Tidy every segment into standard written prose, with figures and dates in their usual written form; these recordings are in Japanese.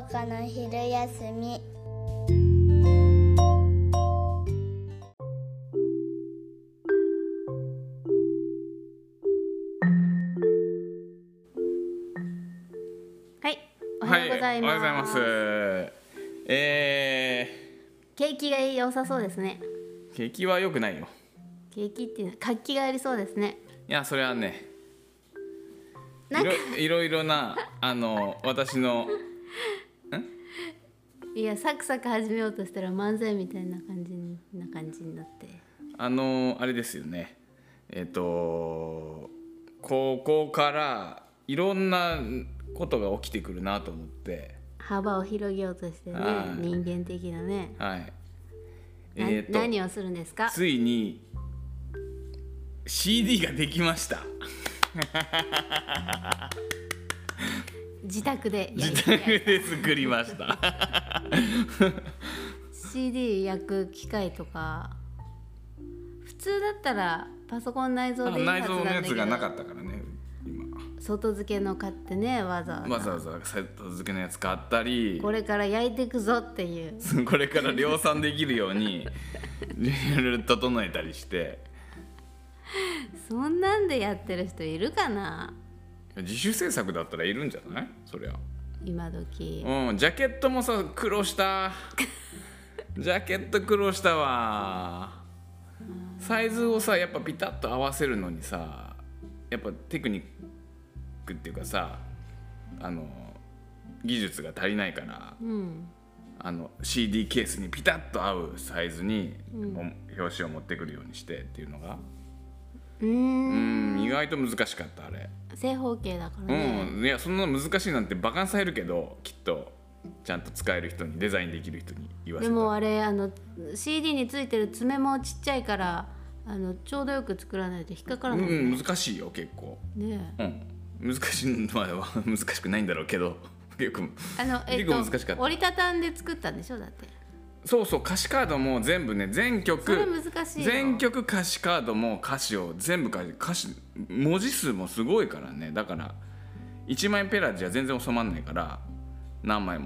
わかな昼休み。 はい、おはようございます。 おはようございます。 景気が良さそうですね。 景気は良くないよ。 景気っていうのは活気がありそうですね。 いや、それはね、 なんかいろいろな私のいや、サクサク始めようとしたら漫才みたいな感じになって、 あれですよね。ここからいろんなことが起きてくるなと思って、 幅を広げようとしてね、人間的なね。 はい。 何をするんですか？ ついに CD ができました。 自宅で作りました。 CD 焼く機械とか、普通だったらパソコン内蔵でいいはずなんだけど、 内蔵のやつがなかったからね、今。 外付けの買ってね、わざわざ外付けのやつ買ったり、 これから焼いていくぞっていう、 これから量産できるようにいろいろ整えたりして。 そんなんでやってる人いるかな？ 自主制作だったらいるんじゃない？そりゃ今時。 ジャケットもさ、苦労したジャケット苦労したわ。サイズをさ、やっぱピタッと合わせるのにさ、やっぱテクニックっていうかさ、技術が足りないから、CD ケースにピタッと合うサイズに、表紙を持ってくるようにしてっていうのが意外と難しかった。あれ正方形だからね。 いや、そんな難しいなんてバカにされるけど、きっとちゃんと使える人に、デザインできる人に言わせた。 でもあれCD についてる爪もちっちゃいから、ちょうどよく作らないと引っかからない、ね。 難しいよ結構ね。 難しい、まあ難しくないんだろうけど、結構難しかった。 折りたたんで作ったんでしょ、だって。 そうそう、歌詞カードも全部ね、全曲それ難しいよ。 全曲歌詞カードも歌詞を全部歌詞文字数もすごいからね。だから1枚ペラじゃ全然収まんないから、何枚も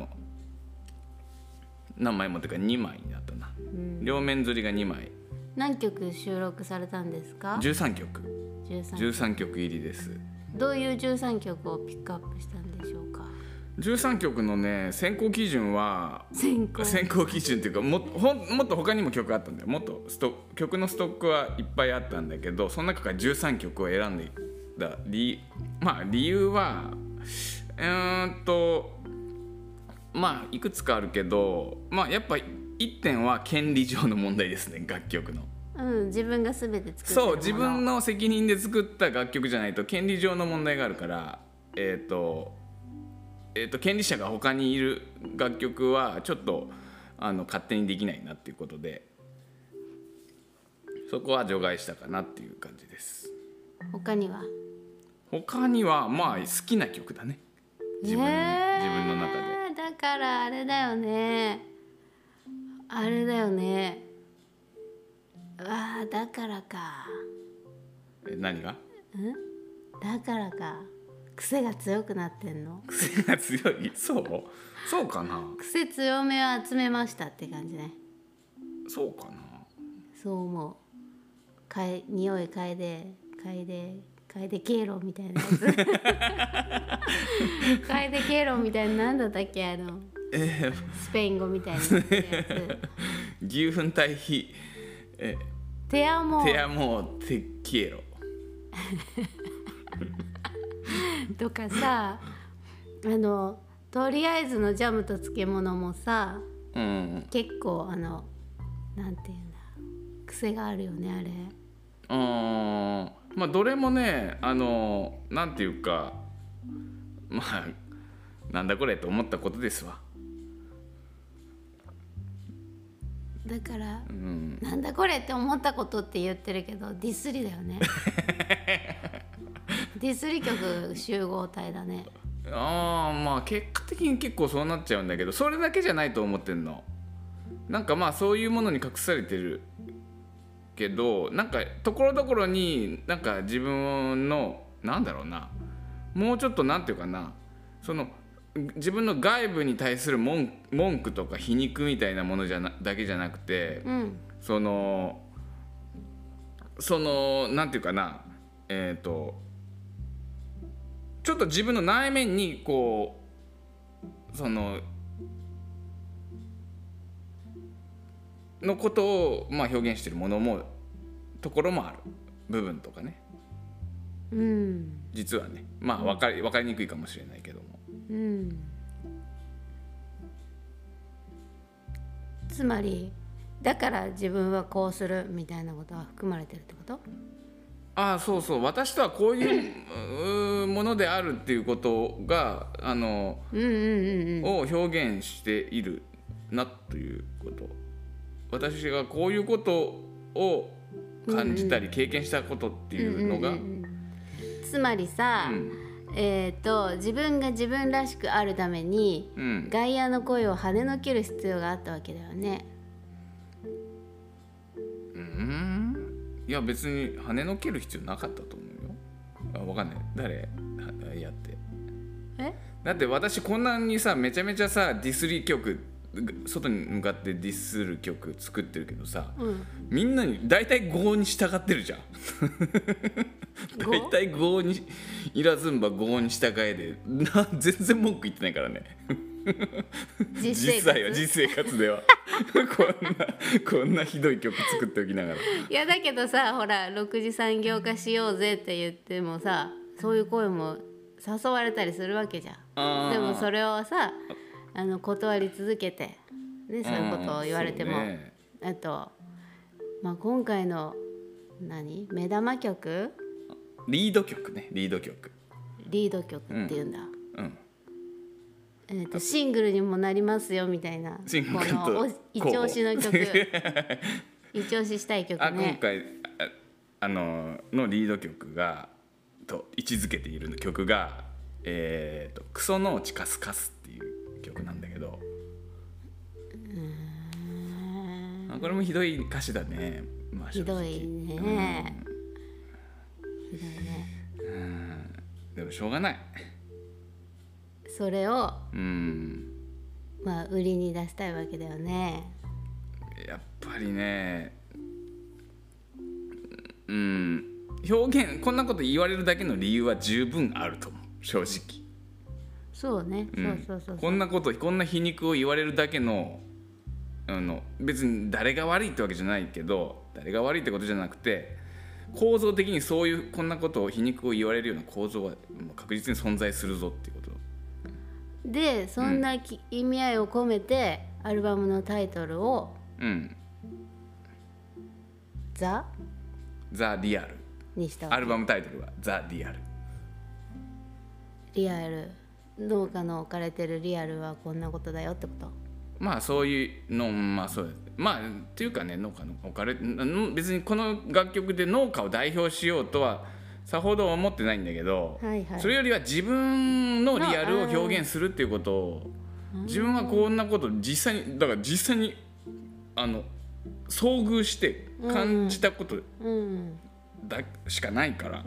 っていうか2枚になったな、両面釣りが2枚。 何曲収録されたんですか ？13曲13曲入りです。 どういう13曲をピックアップしたんでしょうか ？13曲のね、選考基準は選考基準っていうか、もっと他にも曲あったんだよ。もっと曲のストックはいっぱいあったんだけど、その中から13曲を選んでいった理由はいくつかあるけど、やっぱ1点は権利上の問題ですね、楽曲の。 自分が全て作ってるそう、自分の責任で作った楽曲じゃないと権利上の問題があるから、権利者が他にいる楽曲はちょっと勝手にできないなっていうことで、そこは除外したかなっていう感じです。 他には好きな曲だね、自分の中で。 だからあれだよね、だからか。 何が？ だからか、癖が強くなってんの。 癖が強い？そうかな。 癖強めを集めましたって感じね。 そうかな。 そう思う。匂い嗅いで経路みたいなやつ。嗅いで経路みたいな、なんだったっけ、スペイン語みたいなやつ。 牛糞対比テアモテキエロとかさ、とりあえずのジャムと漬物もさ、結構なんていうんだ、癖があるよね、あれ。 どれもね、なんていうか、なんだこれと思ったことですわ。 だから、なんだこれって思ったことって言ってるけど、ディスりだよね。ディスり曲集合体だね。 結果的に結構そうなっちゃうんだけど、それだけじゃないと思ってんの。なんかそういうものに隠されてるけど、なんかところどころになんか自分のなんだろうな、もうちょっとなんていうかな、その自分の外部に対する文句とか皮肉みたいなものだけじゃなくて、そのなんていうかな、ちょっと自分の内面にこうのことを表現しているものもところもある部分とかね、実はね、分かりにくいかもしれないけども、 つまりだから自分はこうするみたいなことは含まれてるってこと？ そうそう、私とはこういうものであるっていうことがを表現しているなということ、私がこういうことを感じたり経験したことっていうのが、 つまりさ、自分が自分らしくあるために、外野の声を跳ねのける必要があったわけだよね。 いや別に跳ねのける必要なかったと思うよ。分かんない、誰やってだって私こんなにさめちゃめちゃさディスり曲、外に向かってディスる曲作ってるけどさ、みんなに大体5に従ってるじゃん大体5にイラズンバ5に従えで全然文句言ってないからね実生活ではこんなひどい曲作っておきながら、 いやだけどさ、ほら6次産業化しようぜって言ってもさ、そういう声も誘われたりするわけじゃん。でもそれをさ断り続けて、ね、そういうことを言われても、あと、今回の目玉曲、 リード曲っていうんだ、シングルにもなりますよみたいな、この一押しの曲一押ししたい曲ね。 今回のリード曲がと位置づけている曲がクソノーチカスカスっていう曲なんだけど、これもひどい歌詞だね。 ひどいね、ひどいね。 でもしょうがない。 それを売りに出したいわけだよね。 やっぱりね、表現、こんなこと言われるだけの理由は十分あると思う、正直。 そうね、そうこんな皮肉を言われるだけの別に誰が悪いってわけじゃないけど、誰が悪いってことじゃなくて、構造的にそういうこんなことを皮肉を言われるような構造は確実に存在するぞっていうことで、そんな意味合いを込めてアルバムのタイトルをザ・リアルにしたわけ。 アルバムタイトルはザ・リアル。 リアル、農家の置かれてるリアルはこんなことだよってこと。 そういうの、そうっていうかね、農家の置かれ、別にこの楽曲で農家を代表しようとはさほど思ってないんだけど、それよりは自分のリアルを表現するっていうことを、自分はこんなこと実際に遭遇して感じたことしかないから、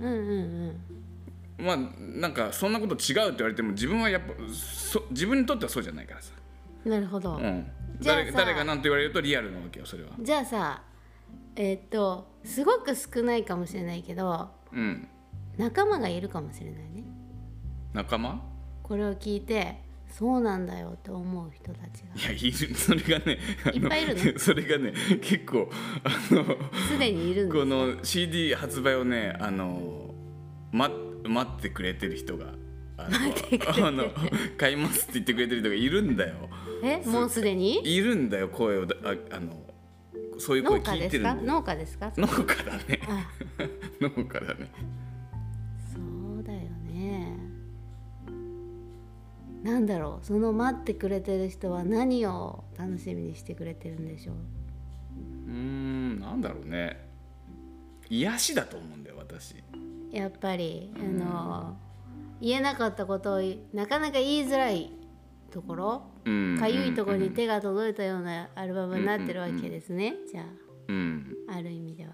なんかそんなこと違うって言われても自分はやっぱ自分にとってはそうじゃないからさ。 なるほど、 誰が何と言われるとリアルなわけよ、それは。 じゃあさ、すごく少ないかもしれないけど、仲間がいるかもしれないね。 仲間？ これを聞いてそうなんだよって思う人たちが。 いや、いる。それがね、 いっぱいいるの。 それがね、結構すでにいるんです。 この CD 発売をね、待ってくれてる人が買いますって言ってくれてる人がいるんだよ。 もうすでにいるんだよ。声をそういう声聞いてるんだよ。 農家ですか？ 農家だね。農家だね。 そうだよね。なんだろう、その待ってくれてる人は何を楽しみにしてくれてるんでしょう。 なんだろうね。癒しだと思うんだよ、私。 やっぱり言えなかったことをなかなか言いづらいところ、かゆいところに手が届いたようなアルバムになってるわけですね。じゃあ、ある意味では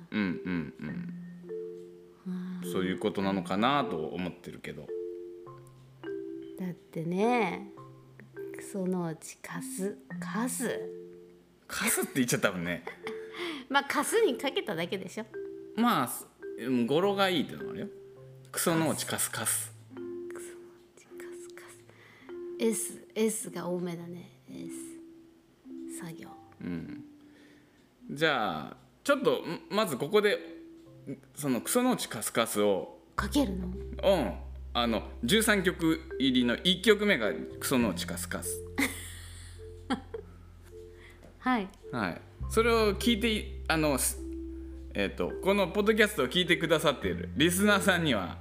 そういうことなのかなと思ってるけど、 だってね、 そのうちカスカスって言っちゃったもんね。 まあカスにかけただけでしょ。 まあ語呂がいいってのもあるよ。クソのうちカスカス。 S が多めだね。S 作業。 じゃあちょっとまずここでそのクソのうちカスカスをかけるの？ 13曲入りの1曲目がクソのうちカスカス。 はい。 はい。それを聞いてこのポッドキャストを聞いてくださっているリスナーさんには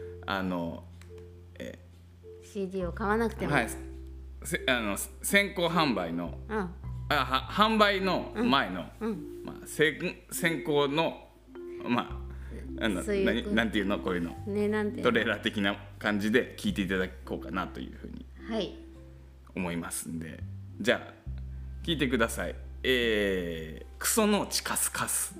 CD を買わなくても、 はい、先行販売の、販売の前の、まあ、先行のまあなんていうのこういうの、 ね、なんてトレーラー的な感じで聞いていただこうかなというふうに思いますんで、じゃあ聞いてください。クソのうちカスカス。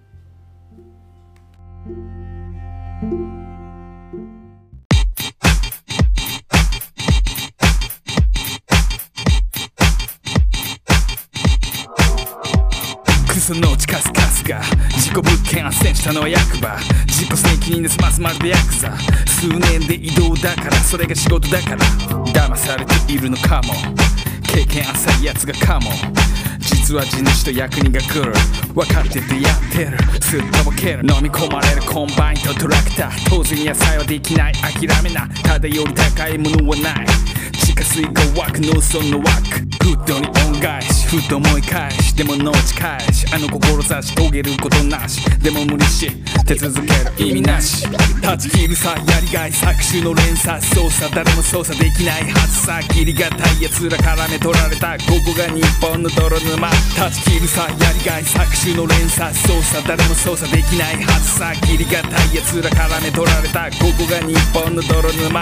クソのうちカスカスが事故物件斡旋したのは役場。自己責任で済ますまるでヤクザ。数年で移動だからそれが仕事だから騙されているのかも。経験浅いやつがかも。実は地主と役人が来る。分かっててやってる。すっとぼける。飲み込まれるコンバインとトラクター。当然野菜はできない。諦めな。ただより高いものはない。地下水が湧く農村の枠。フットに恩返し。ふっと思い返し。でも農地返し。志遂げることなし。でも無理し手続ける意味なし。断ち切るさやりがい搾取の連鎖操作。誰も操作できないはずさ。切りがたいやつら絡め取られた。ここが日本の泥沼。断ち切るさやりがい搾取の連鎖操作。誰も操作できないはずさ。切りがたいやつら絡め取られた。ここが日本の泥沼。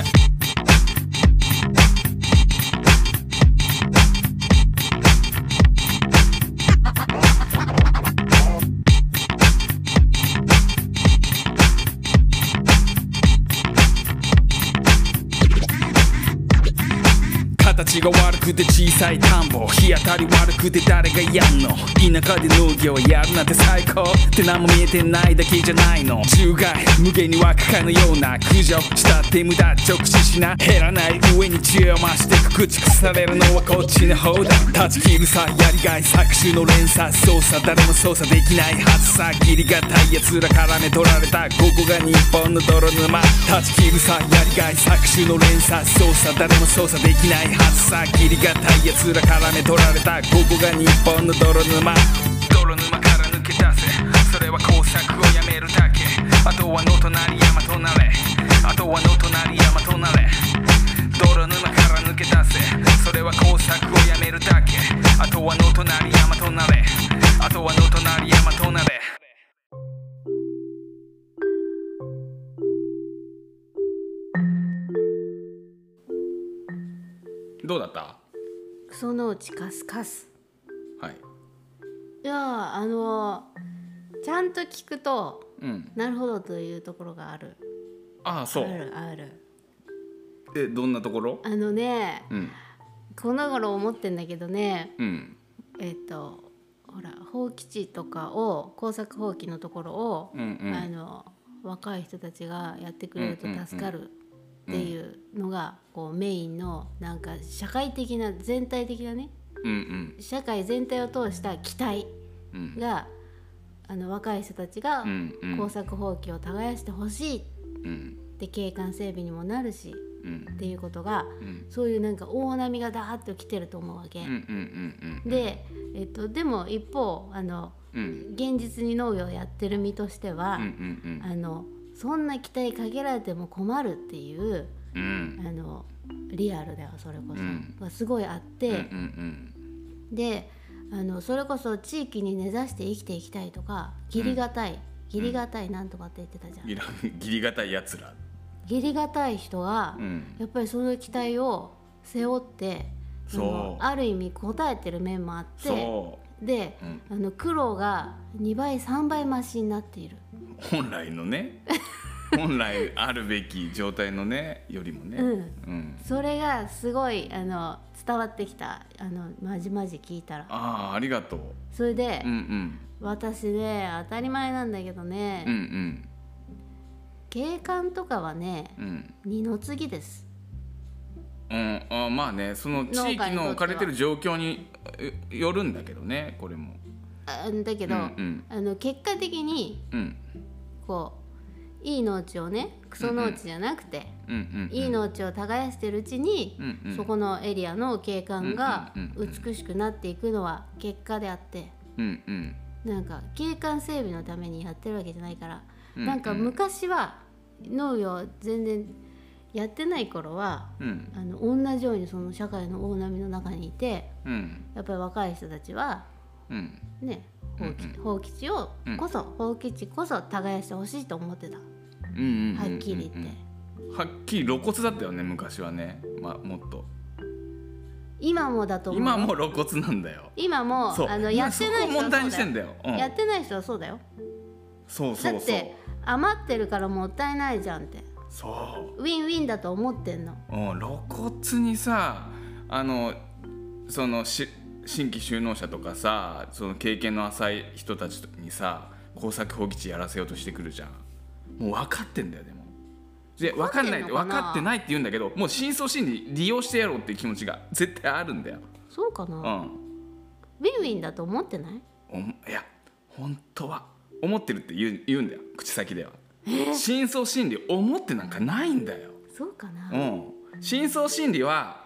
形が悪くて小さい田んぼ。日当たり悪くて誰がやんの。田舎で農業やるなんて最高って何も見えてないだけじゃないの。獣害無限に湧くかのような駆除したって無駄直視しな。減らない上に知恵を増して駆逐されるのはこっちの方だ。断ち切るさやりがい搾取の連鎖操作。誰も操作できないはずさ。義理がたいやつら絡め取られた。ここが日本の泥沼。断ち切るさやりがい搾取の連鎖操作。誰も操作できないはずさ。義理がたいやつら絡め取られた。ここが日本の泥沼。泥沼から抜け出せ。それは工作をやめるだけ。あとは野となり山となれ。あとは野となり山となれ。泥沼から抜け出せ。それは工作をやめるだけ。あとは野となり山となれ。あとは野となり山となれ。どうだった？ そのうちカスカス。 はい。 いやちゃんと聞くと、なるほどというところがある。 ああ、そう。 ある。 どんなところ？ この頃思ってんだけどね。ほら放棄地とかを耕作放棄のところを、若い人たちがやってくれると助かる。っていうのがこうメインのなんか社会的な全体的なね、社会全体を通した期待が、若い人たちが耕作放棄を耕してほしいって景観整備にもなるし、っていうことが、そういうなんか大波がダーッと来てると思うわけ。で、でも一方現実に農業をやってる身としては、そんな期待かけられても困るっていう、リアルだよそれこそ、がすごいあって、でそれこそ地域に根ざして生きていきたいとか義理がたいなんとかって言ってたじゃん。 義理がたいやつら、 義理がたい人が、やっぱりその期待を背負ってある意味応えてる面もあって、で、苦労が2倍3倍増しになっている。 本来のね本来あるべき状態のねよりもね、 それがすごい伝わってきた。まじまじ聞いたら。 ありがとう。 それで、私ね当たり前なんだけどね、景観とかはね、二の次です。 まあね、その地域の置かれてる状況によるんだけどね、これも。 だけど、結果的に、こういい農地をね、クソ農地じゃなくて、いい農地を耕してるうちに、そこのエリアの景観が美しくなっていくのは結果であって、なんか景観整備のためにやってるわけじゃないから、なんか昔は農業全然やってない頃は、同じようにその社会の大波の中にいて、やっぱり若い人たちは、ね、放棄地こそ耕してほしいと思ってた。はっきり言って。 はっきり露骨だったよね昔はね、もっと。 今もだと思う。 今も露骨なんだよ。 今もやってない人はそうだよ。 問題にしてんだよ。 やってない人はそうだよ。 そうだって余ってるからもったいないじゃんって。 そうウィンウィンだと思ってんの。 露骨にさ、その新規就農者とかさ、その経験の浅い人たちにさ、耕作放棄地やらせようとしてくるじゃん。もう分かってんだよ。でもで分かってないって言うんだけど、もう深層心理利用してやろうっていう気持ちが絶対あるんだよ。 そうかな、ウィンウィンだと思ってない？ いや本当は思ってるって言うんだよ、口先では。深層心理思ってなんかないんだよ。 そうかな。 深層心理は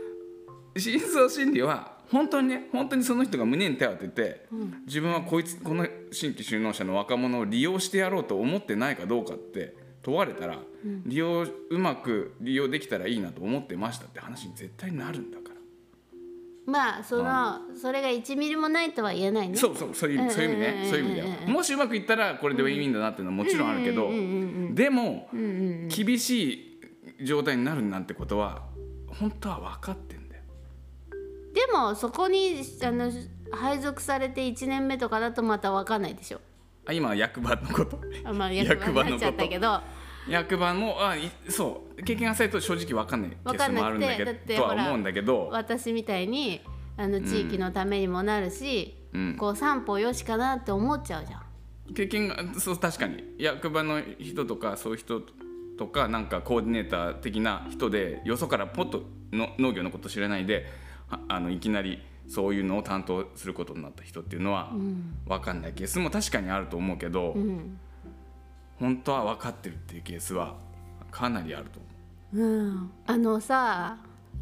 本当にその人が胸に手を当てて、自分はこの新規就農者の若者を利用してやろうと思ってないかどうかって問われたら、うまく利用できたらいいなと思ってましたって話に絶対になるんだから。 まあそれが1ミリもないとは言えないね。 そういう意味ね、そういう意味だよ。もしうまくいったらこれでウィンウィンだなっていうのはもちろんあるけど、でも厳しい状態になるなんてことは本当は分かってんだよ。 でもそこに配属されて1年目とかだとまた分かんないでしょ。 今は役場のこと。 役場になっちゃったけど。 役場もそう経験が浅いと正直分かんないケースもあるんだけどとは思うんだけど、 私みたいに地域のためにもなるし、こう三歩よしかなって思っちゃうじゃん。 経験が確かに役場の人とかそういう人とかなんかコーディネーター的な人でよそからポッと農業のこと知らないでいきなりそういうのを担当することになった人っていうのは分かんないケースも確かにあると思うけど、本当は分かってるっていうケースはかなりあると思う。 さ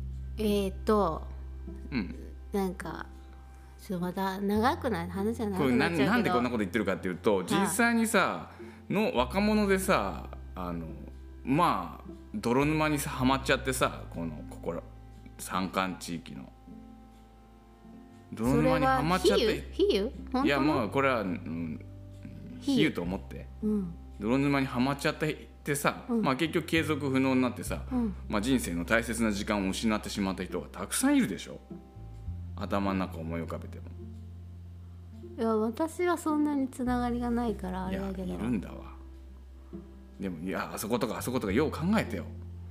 なんかちょっとまた長くない話じゃない？ なんでこんなこと言ってるかっていうと、実際にさの若者でさまあ泥沼にはまっちゃってさ、ここ山間地域の泥沼にはまっちゃって、 比喩？ いやまあこれは比喩と思って、泥沼にはまっちゃってさ、結局継続不能になってさ、人生の大切な時間を失ってしまった人がたくさんいるでしょ。頭の中思い浮かべても。 いや私はそんなにつながりがないからあれだけど。 いやいるんだわ。でもあそことかよう考えてよ。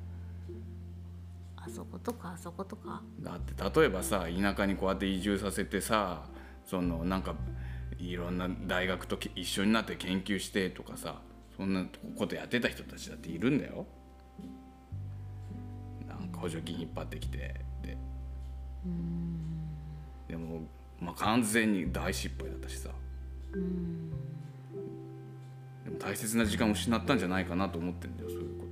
あそことかだって例えばさ、田舎にこうやって移住させてさ、なんかいろんな大学と一緒になって研究してとかさ、そんなことやってた人たちだっているんだよ。なんか補助金引っ張ってきてでも完全に大失敗だったしさ。でも大切な時間を失ったんじゃないかなと思ってんだよ、そういうこと。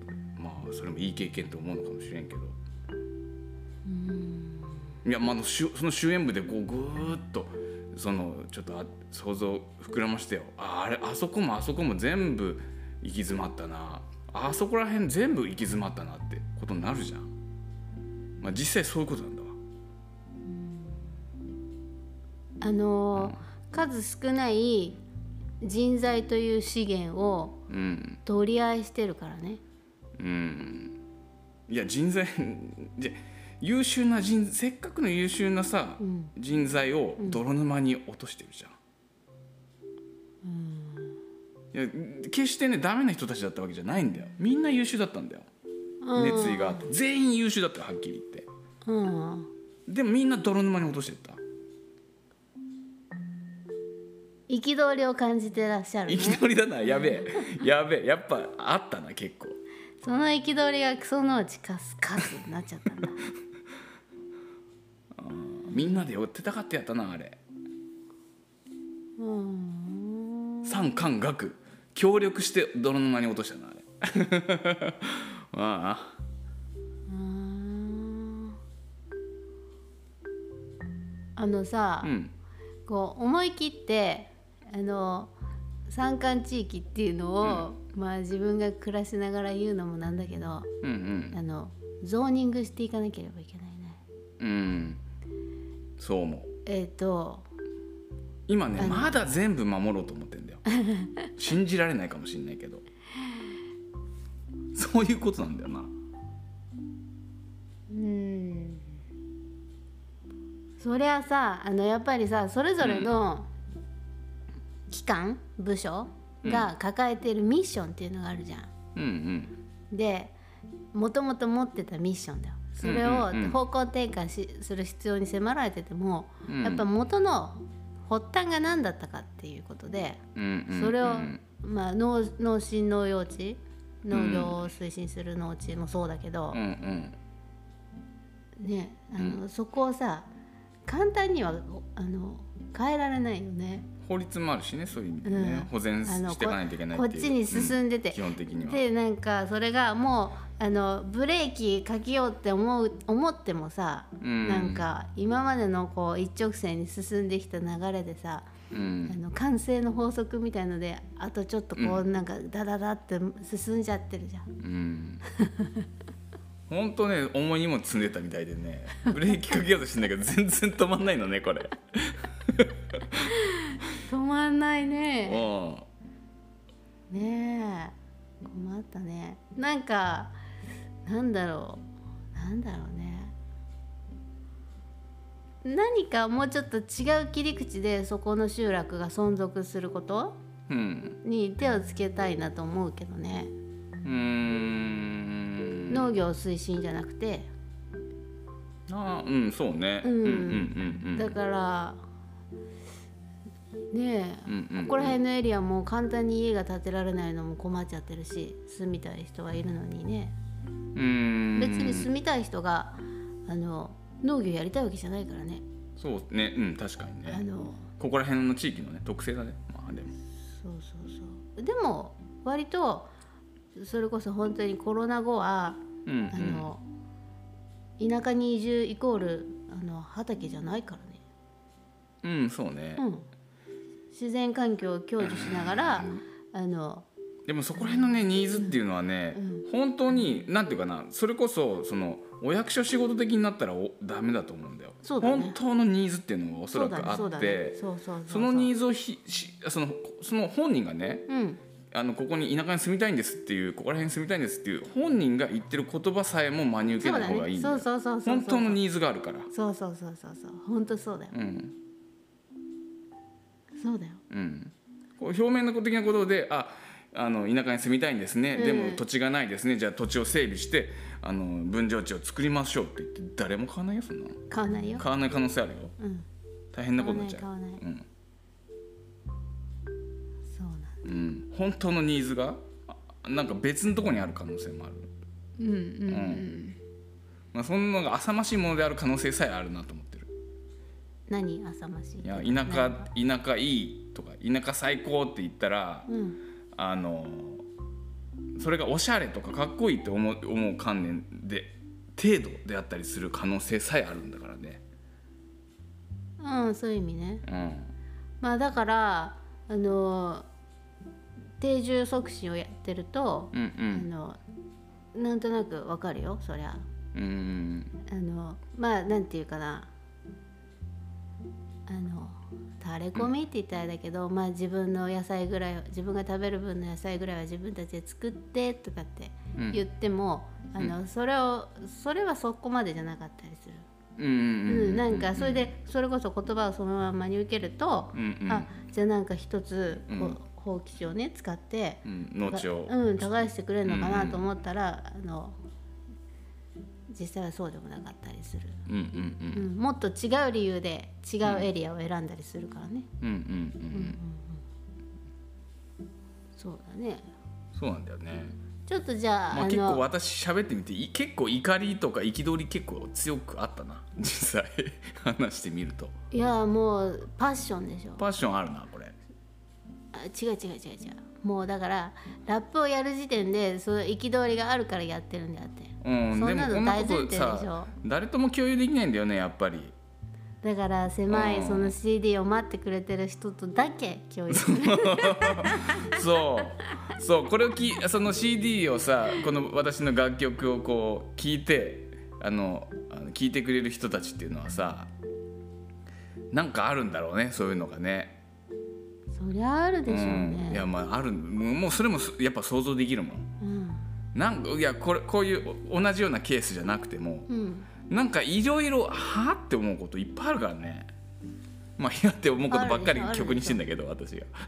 それもいい経験と思うのかもしれんけど、いやその終焉部でこうぐーっとちょっと想像膨らましてよ。あそこも全部行き詰まったな、あそこら辺全部行き詰まったなってことになるじゃん。実際そういうことなんだわ。 数少ない人材という資源を取り合いしてるからね。 いや人材優秀なせっかくの優秀なさ、人材を泥沼に落としてるじゃん。 いや決してねダメな人たちだったわけじゃないんだよ。みんな優秀だったんだよ。熱意があって全員優秀だったよ、はっきり言って。でもみんな泥沼に落としてった。 憤りを感じてらっしゃるね。 憤りだな。やべえやっぱあったな結構。 その憤りがそのうちカスになっちゃったんだみんなで寄ってたかってやったなあれ。三官学協力して泥沼に落としたなあれああさ、こう思い切って山間地域っていうのを、まあ自分が暮らしながら言うのもなんだけど、ゾーニングしていかなければいけないね。 そう思う。今ねまだ全部守ろうと思ってんだよ信じられないかもしれないけどそういうことなんだよな。 そりゃさやっぱりさそれぞれの機関部署が抱えているミッションっていうのがあるじゃん。でもともと持ってたミッションだよ。それを方向転換する必要に迫られてても、やっぱ元の発端が何だったかっていうことで、それを、まあ、農心農用地農業を推進する農地もそうだけど、ねそこをさ簡単には変えられないよね。 法律もあるしね、そういう意味でね、保全していかないといけないっていうこっちに進んでて、 基本的にはでなんかそれがもうブレーキかけようって思ってもさ、なんか今までのこう一直線に進んできた流れでさ、慣性の法則みたいのであとちょっとこうなんかダダダって進んじゃってるじゃん。 ほんとね、重い荷物積んでたみたいでね、ブレーキかけようとしてんだけど全然止まんないのねこれ止まんないね。ねえ困ったね。なんかなんだろうね、何かもうちょっと違う切り口でそこの集落が存続することに手をつけたいなと思うけどね。農業推進じゃなくて、 そうね。 だからねえ、ここら辺のエリアも簡単に家が建てられないのも困っちゃってるし、住みたい人はいるのにね。別に住みたい人が農業やりたいわけじゃないからね。 そうね、確かにね。ここら辺の地域のね特性だね。まあでもそうでも割とそれこそ本当にコロナ後は、田舎に移住イコール畑じゃないからね。 そうね。 自然環境を享受しながらでもそこら辺のねニーズっていうのはね、本当になんていうかな、それこそそのお役所仕事的になったらダメだと思うんだよ。本当のニーズっていうのがおそらくあって、そのニーズをその本人がね、ここに田舎に住みたいんですっていう、ここら辺に住みたいんですっていう本人が言ってる言葉さえも真に受けない方がいいんだよ。本当のニーズがあるから。そう本当そうだよ。そうだよ。 こう表面の的なことで田舎に住みたいんですね、でも土地がないですね、じゃあ土地を整備して分譲地を作りましょうって言って誰も買わないよ。そんな買わないよ。 買わない可能性あるよ。大変なことになっちゃう。 買わない。そうなんだ。本当のニーズがなんか別のところにある可能性もある。まあそんなのが浅ましいものである可能性さえあるなと思ってる。 何浅ましい？ いや田舎いいとか田舎最高って言ったら、それがおしゃれとかかっこいいって思う観念で程度であったりする可能性さえあるんだからね。 そういう意味ね。まあだから定住促進をやってると、なんとなくわかるよそりゃ。まあなんていうかな、垂れ込みって言ったらあれだけど、自分の野菜ぐらいは自分が食べる分の野菜ぐらいは自分たちで作ってとかって言っても、それはそこまでじゃなかったりする。なんかそれでそれこそ言葉をそのままに受けると、じゃあなんか一つほうきをね使って、 農地を耕してくれるのかなと思ったら、実際はそうでもなかったりする、もっと違う理由で違うエリアを選んだりするからね。そうだね。 そうなんだよね。 ちょっとじゃあ、 結構私喋ってみて結構怒りとか憤り結構強くあったな実際話してみると。 いやもうパッションでしょ。 パッションあるなこれ。 違うもうだからラップをやる時点でその憤りがあるからやってるんであって、そんなの大前提でしょ。 誰とも共有できないんだよねやっぱり。 だから狭いその CD を待ってくれてる人とだけ共有するそうこれをその CD をさこの私の楽曲をこう聴いて聴いてくれる人たちっていうのはさなんかあるんだろうねそういうのがね。そりゃあるでしょうね。 いやまああるもうそれもやっぱ想像できるもん。なんかいやこういう同じようなケースじゃなくても、なんかいろいろはって思うこといっぱいあるからね。まあいやって思うことばっかり曲にしてんだけど私が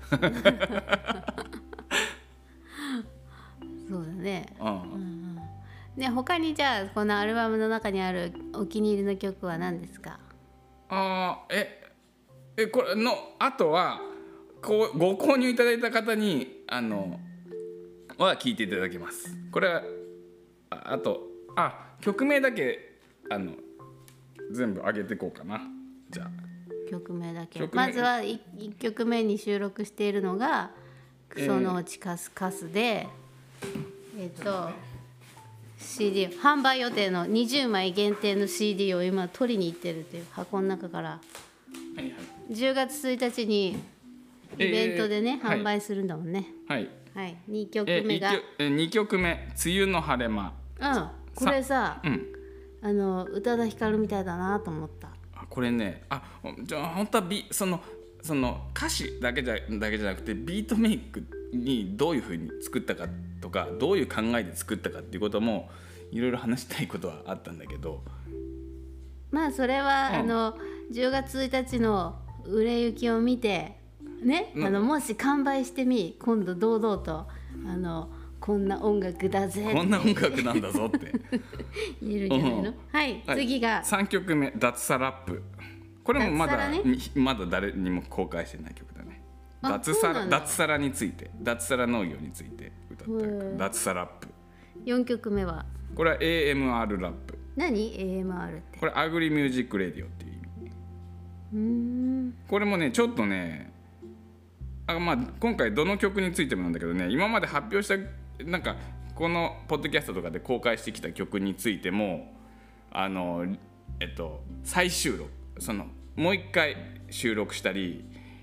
そうだね。ね、他にじゃあこのアルバムの中にあるお気に入りの曲は何ですか？ これのあとはご購入いただいた方には聴いていただきます。これはあと曲名だけ全部上げていこうかな。じゃあ曲名だけまずは1曲目に収録しているのがクソのうちカスカスで、CD 販売予定の20枚限定の CD を今取りに行ってるという箱の中から、10月1日にイベントでね、販売するんだもんね。2曲目が 2曲目梅雨の晴れ間。 これさ、宇多田ヒカルみたいだなと思った。 これねじゃあ本当はその歌詞だけじゃなくてビートメイクにどういう風に作ったかとかどういう考えで作ったかっていうこともいろいろ話したいことはあったんだけど、 まあそれは、10月1日の売れ行きを見てね、もし完売して今度堂々とこんな音楽だぜこんな音楽なんだぞって言えるんじゃないの。次が 3曲目脱サラップ。これもまだ誰にも公開してない曲だね。脱サラについて脱サラ農業について歌った脱サラップ。 4曲目はこれは AMR ラップ。 何 AMR って？ これアグリミュージックレディオっていう意味。これもねちょっとね今回どの曲についてもなんだけどね、今まで発表したなんかこのポッドキャストとかで公開してきた曲についても再収録もう一回収録したり、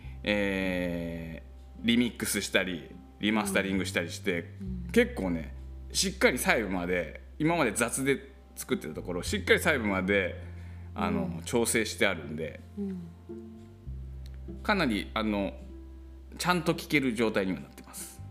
リミックスしたりリマスタリングしたりして、結構ねしっかり細部まで今まで雑で作ってたところしっかり細部まで調整してあるんで、かなりちゃんと聴ける状態にはなってます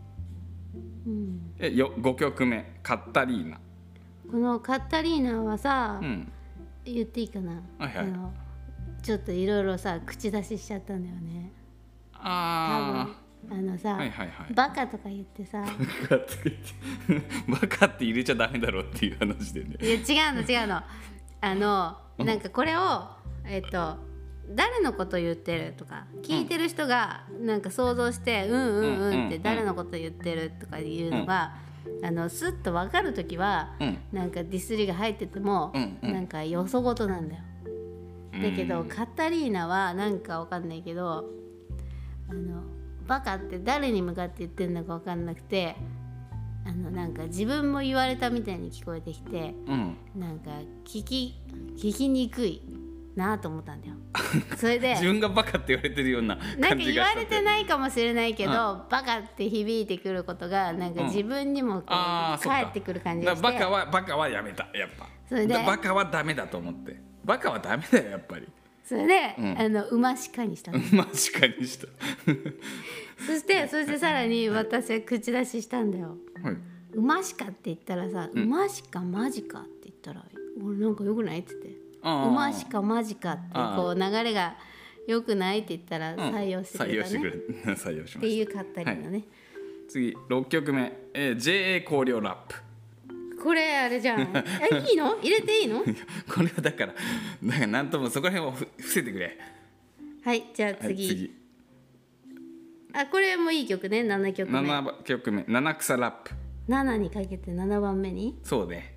。5曲目カッタリーナ。 このカッタリーナはさ、言っていいかな、ちょっといろいろさ口出ししちゃったんだよね。多分さ、バカとか言ってさバカって入れちゃダメだろうっていう話でね。 いや違うのなんかこれを誰のこと言ってるとか聞いてる人がなんか想像してって誰のこと言ってるとかいうのがスッと分かるときはなんかディスりが入っててもなんかよそごとなんだよ。だけどカッタリーナはなんか分かんないけどバカって誰に向かって言ってるのか分かんなくてなんか自分も言われたみたいに聞こえてきて、なんか聞きにくいなと思ったんだよ。それで自分がバカって言われてるような感じがした。 なんか言われてないかもしれないけど、バカって響いてくることがなんか自分にも返ってくる感じがして、 バカはやめたやっぱ。 それでバカはダメだと思って、バカはダメだよやっぱり。 それで、馬しかにしたの。 馬しかにしたそしてさらに私は口出ししたんだよ。馬しかって言ったらさ、馬しかマジかって言ったら俺なんかよくないって言って、馬しかマジかってこう流れがよくないって言ったら採用してくれたね、 採用しましたっていうかったりのね、 はい、次6曲目、JA 香料ラップ。 これあれじゃんいいの入れていいのこれはだからなんともそこら辺を伏せてくれ。 はい、じゃあ次、 はい、次あ、これもいい曲ね。7曲目、 7曲目、七草ラップ。 7にかけて7番目に、 そうね、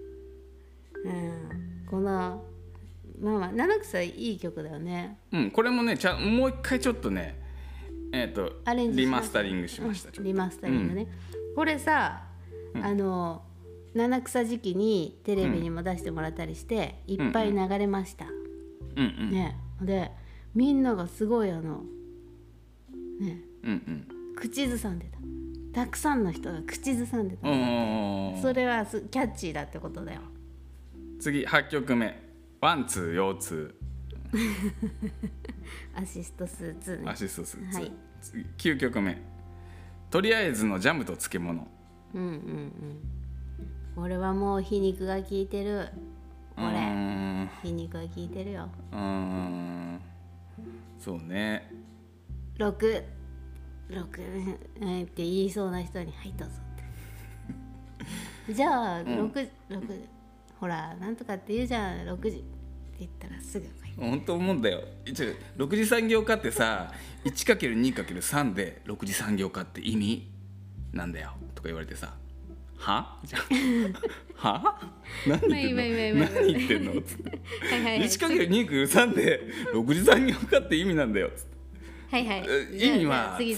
このまあまあ七草いい曲だよね。 これもねもう一回ちょっとねアレンジリマスタリングしました、 リマスタリングね、これさ、七草時期にテレビにも出してもらったりして、いっぱい流れました、ね、でみんながすごいね、口ずさんでたくさんの人が口ずさんでた、それはキャッチーだってことだよ。 次8曲目、ワンツー腰痛アシストスーツね。 アシストスーツ、 はい、 次9曲目、とりあえずのジャムと漬物。 これはもう皮肉が効いてる。これ皮肉が効いてるよ。 そうね。 6って言いそうな人にはいどうぞってじゃあ6ほらなんとかって言うじゃん、6時って言ったらすぐ本当思うんだよ。6次産業化ってさ 1×2×3 で6次産業化って意味なんだよとか言われてさ、はじゃは何言ってんのつって 1×2×3 で6次産業化って意味なんだよつって、 はいはい、 意味は次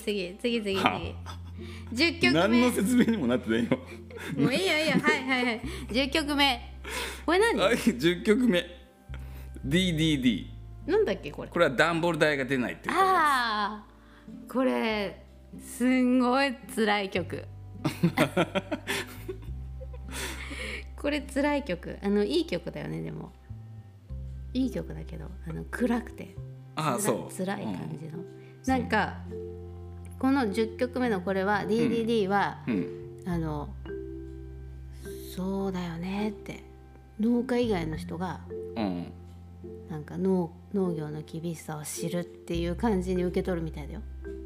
10曲目、 何の説明にもなってないよもういいよはい10曲目、これ何、 10曲目 DDD なんだっけこれは段ボール代が出ないっていうああ、これすんごい辛い曲これ辛い曲、いい曲だよね。でもいい曲だけど暗くて辛い感じの、なんかこの10曲目のこれは DDD は、そうだよねって農家以外の人が、なんか農業の厳しさを知るっていう感じに受け取るみたいだよ。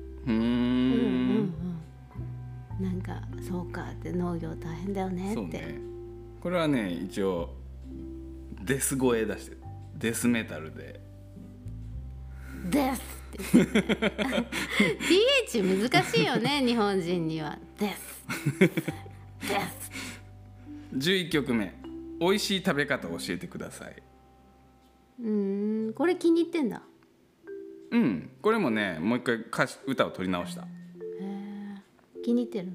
なんかそうかって農業大変だよねって、 ね、これはね一応デス声出してデスメタルでデスって TH 難しいよね日本人には。デス 11曲目、美味しい食べ方を教えてください。 これ気に入ってんだ。 これもねもう一回歌を取り直した。 気に入ってる。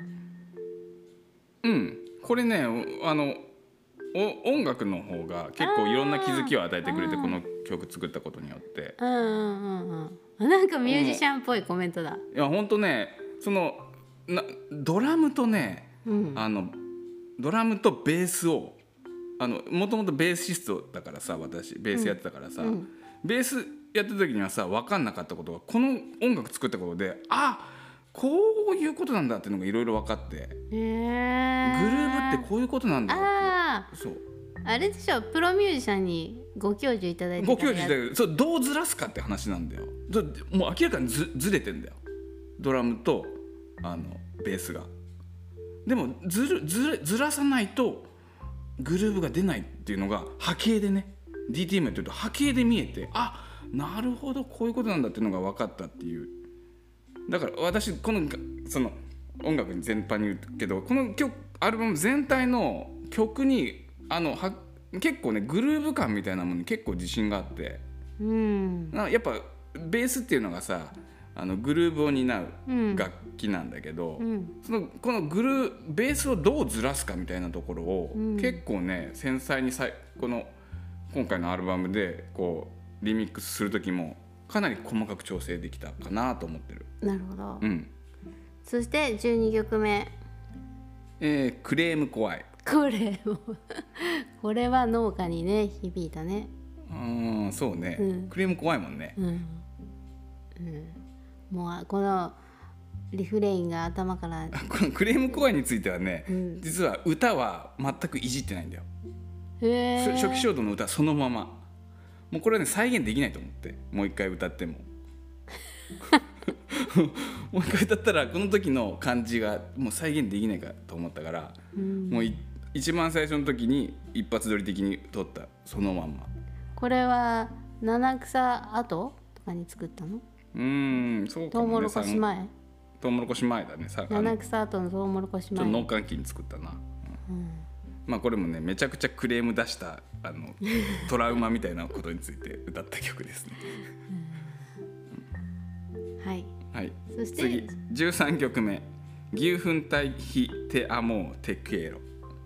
これね音楽の方が結構いろんな気づきを与えてくれて、この曲作ったことによって、 なんかミュージシャンっぽいコメントだ。 いやほんとね、ドラムとね、ドラムとベースをもともとベーシストだからさ、私ベースやってたからさ、ベースやってた時にはさ分かんなかったことがこの音楽作ったことでこういうことなんだっていうのがいろいろ分かって、グルーブってこういうことなんだって。そうあれでしょ、プロミュージシャンにご教授いただいて、 ご教授いただいて、そうどうずらすかって話なんだよ。もう明らかにずれてんだよ、ドラムとベースが。でもずらさないとグルーブが出ないっていうのが波形でね、 DTM やってると波形で見えて、なるほどこういうことなんだっていうのが分かったっていう。だから私その音楽に全般に言うけど、このアルバム全体の曲に結構ねグルーヴ感みたいなものに結構自信があって、やっぱベースっていうのがさグルーヴを担う楽器なんだけど、このベースをどうずらすかみたいなところを、結構ね繊細に今回のアルバムでこうリミックスする時もかなり細かく調整できたかなと思ってる。 なるほど、そして12曲目、 クレーム怖い。 これは農家にね響いたね。 そうね、クレーム怖いもんね。 もうこのリフレインが頭からこのクレーム怖いについてはね、実は歌は全くいじってないんだよ。初期衝動の歌そのまま、 もうこれはね再現できないと思って、もう一回歌ってももう一回歌ったらこの時の感じがもう再現できないかと思ったから、もう一番最初の時に一発撮り的に撮ったそのまんま。 これは七草後とかに作ったの？ そうかもね。 トウモロコシ前？ トウモロコシ前だね。 七草後のトウモロコシ前。 ちょっと農閑期に作ったな。まあこれもねめちゃくちゃクレーム出したトラウマみたいなことについて歌った曲ですね。 はい。 はい。 そして次13曲目牛糞堆肥テアモーテクエロ。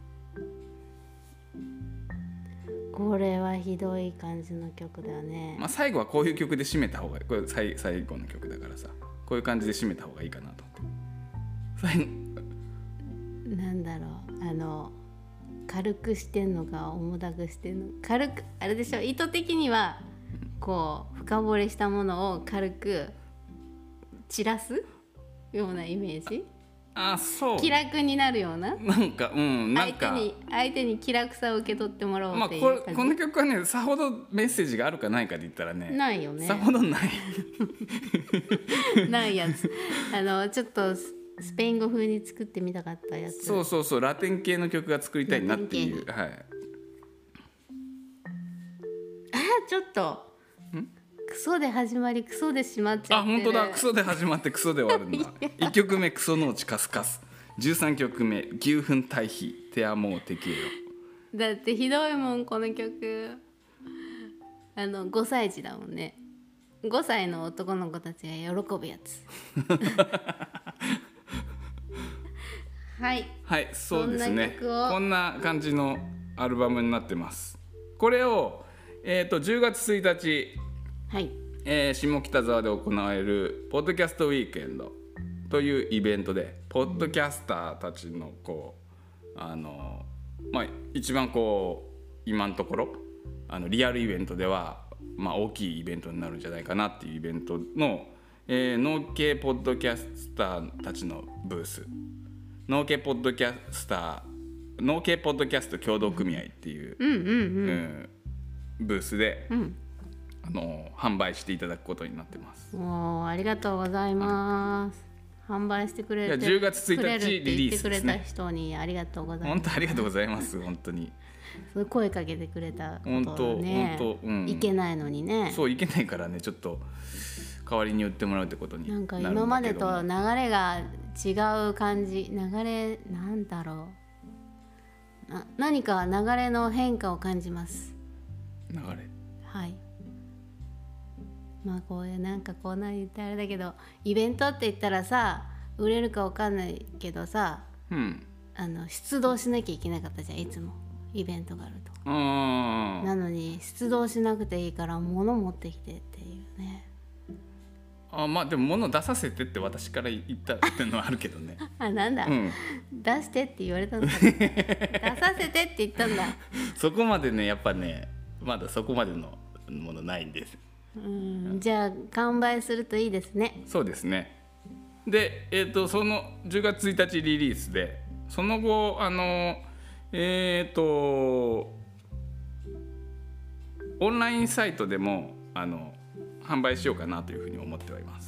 これはひどい感じの曲だよね。 まあ最後はこういう曲で締めた方がいい。これ最後の曲だからさ、こういう感じで締めた方がいいかなと思って。 なんだろう、軽くしてんのか重たくしてんの、軽くあれでしょ、意図的にはこう深掘りしたものを軽く散らすようなイメージ。 そう。 気楽になるような。 なんか相手に気楽さを受け取ってもらおうっていう感じ。 この曲はねさほどメッセージがあるかないかで言ったらね、 ないよね。 さほどないないやつ。ちょっとスペイン語風に作ってみたかったやつ。 そうラテン系の曲が作りたいなっていう。はい。 ちょっとクソで始まりクソでしまっちゃってる。 本当だ、クソで始まってクソで終わるんだ1曲目クソ農地カスカス、13曲目牛糞堆肥テアモーテキエロ。 だってひどいもんこの曲。5歳児だもんね。5歳の男の子たちが喜ぶやつはいそうですね。こんな感じのアルバムになってます。これを、10月1日、 はい下北沢で行われるポッドキャストウィークエンドというイベントでポッドキャスターたちの一番今のところリアルイベントでは、大きいイベントになるんじゃないかなっていうイベントの、農系ポッドキャスターたちのブース、農系ポッドキャスト協同組合っていう、ブースで、販売していただくことになってます。 ありがとうございます。販売してくれて 10月1日リリースですね。 言ってくれた人にありがとうございます。 本当ありがとうございます本当に。 声かけてくれたことをね、いけないのにね。 そういけないからね、ちょっと代わりに言ってもらうってことになるんだけども、 なんか今までと流れが違う感じ。流れなんだろう、何か流れの変化を感じます。 流れ、 はい。こういうなんかこんなに言ってあれだけど、イベントって言ったらさ売れるか分かんないけどさ、出動しなきゃいけなかったじゃん、いつもイベントがあると。なのに出動しなくていいから物持ってきてっていうね。 でも物出させてって私から言ったっていうのはあるけどねなんだ、出してって言われたのかな出させてって言ったんだそこまでね、やっぱねまだそこまでのものないんです。 じゃあ完売するといいですね。 そうですね。で、その10月1日リリースで、その後オンラインサイトでも販売しようかなというふうに思ってはいます。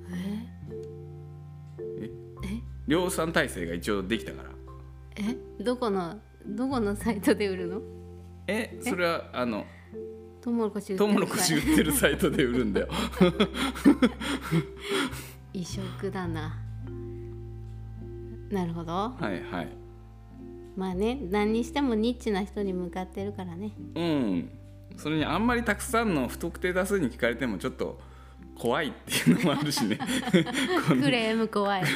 量産体制が一応できたから。 どこのサイトで売るの？ それはトウモロコシ売ってるサイトで売るんだよ異色だな。なるほど。 はいはい。 何にしてもニッチな人に向かってるからね。 それにあんまりたくさんの不特定多数に聞かれてもちょっと怖いっていうのもあるしねクレーム怖い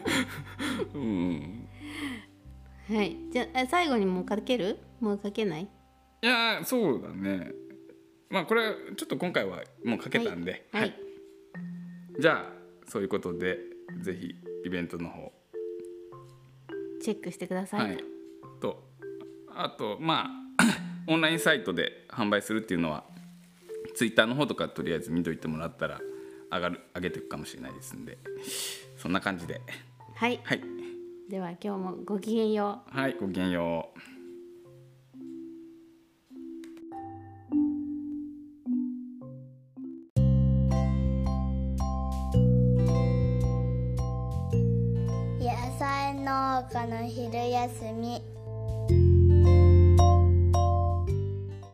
はい。じゃあ最後にもうかける？もうかけない？ いやそうだね。これちょっと今回はもうかけたんで、 はい。 じゃあそういうことでぜひイベントの方チェックしてください。 はい。あとオンラインサイトで販売するっていうのはツイッターの方とかとりあえず見といてもらったら上げていくかもしれないですんで、そんな感じで。 はい。では今日もごきげんよう。はい、ごきげんよう。 休み。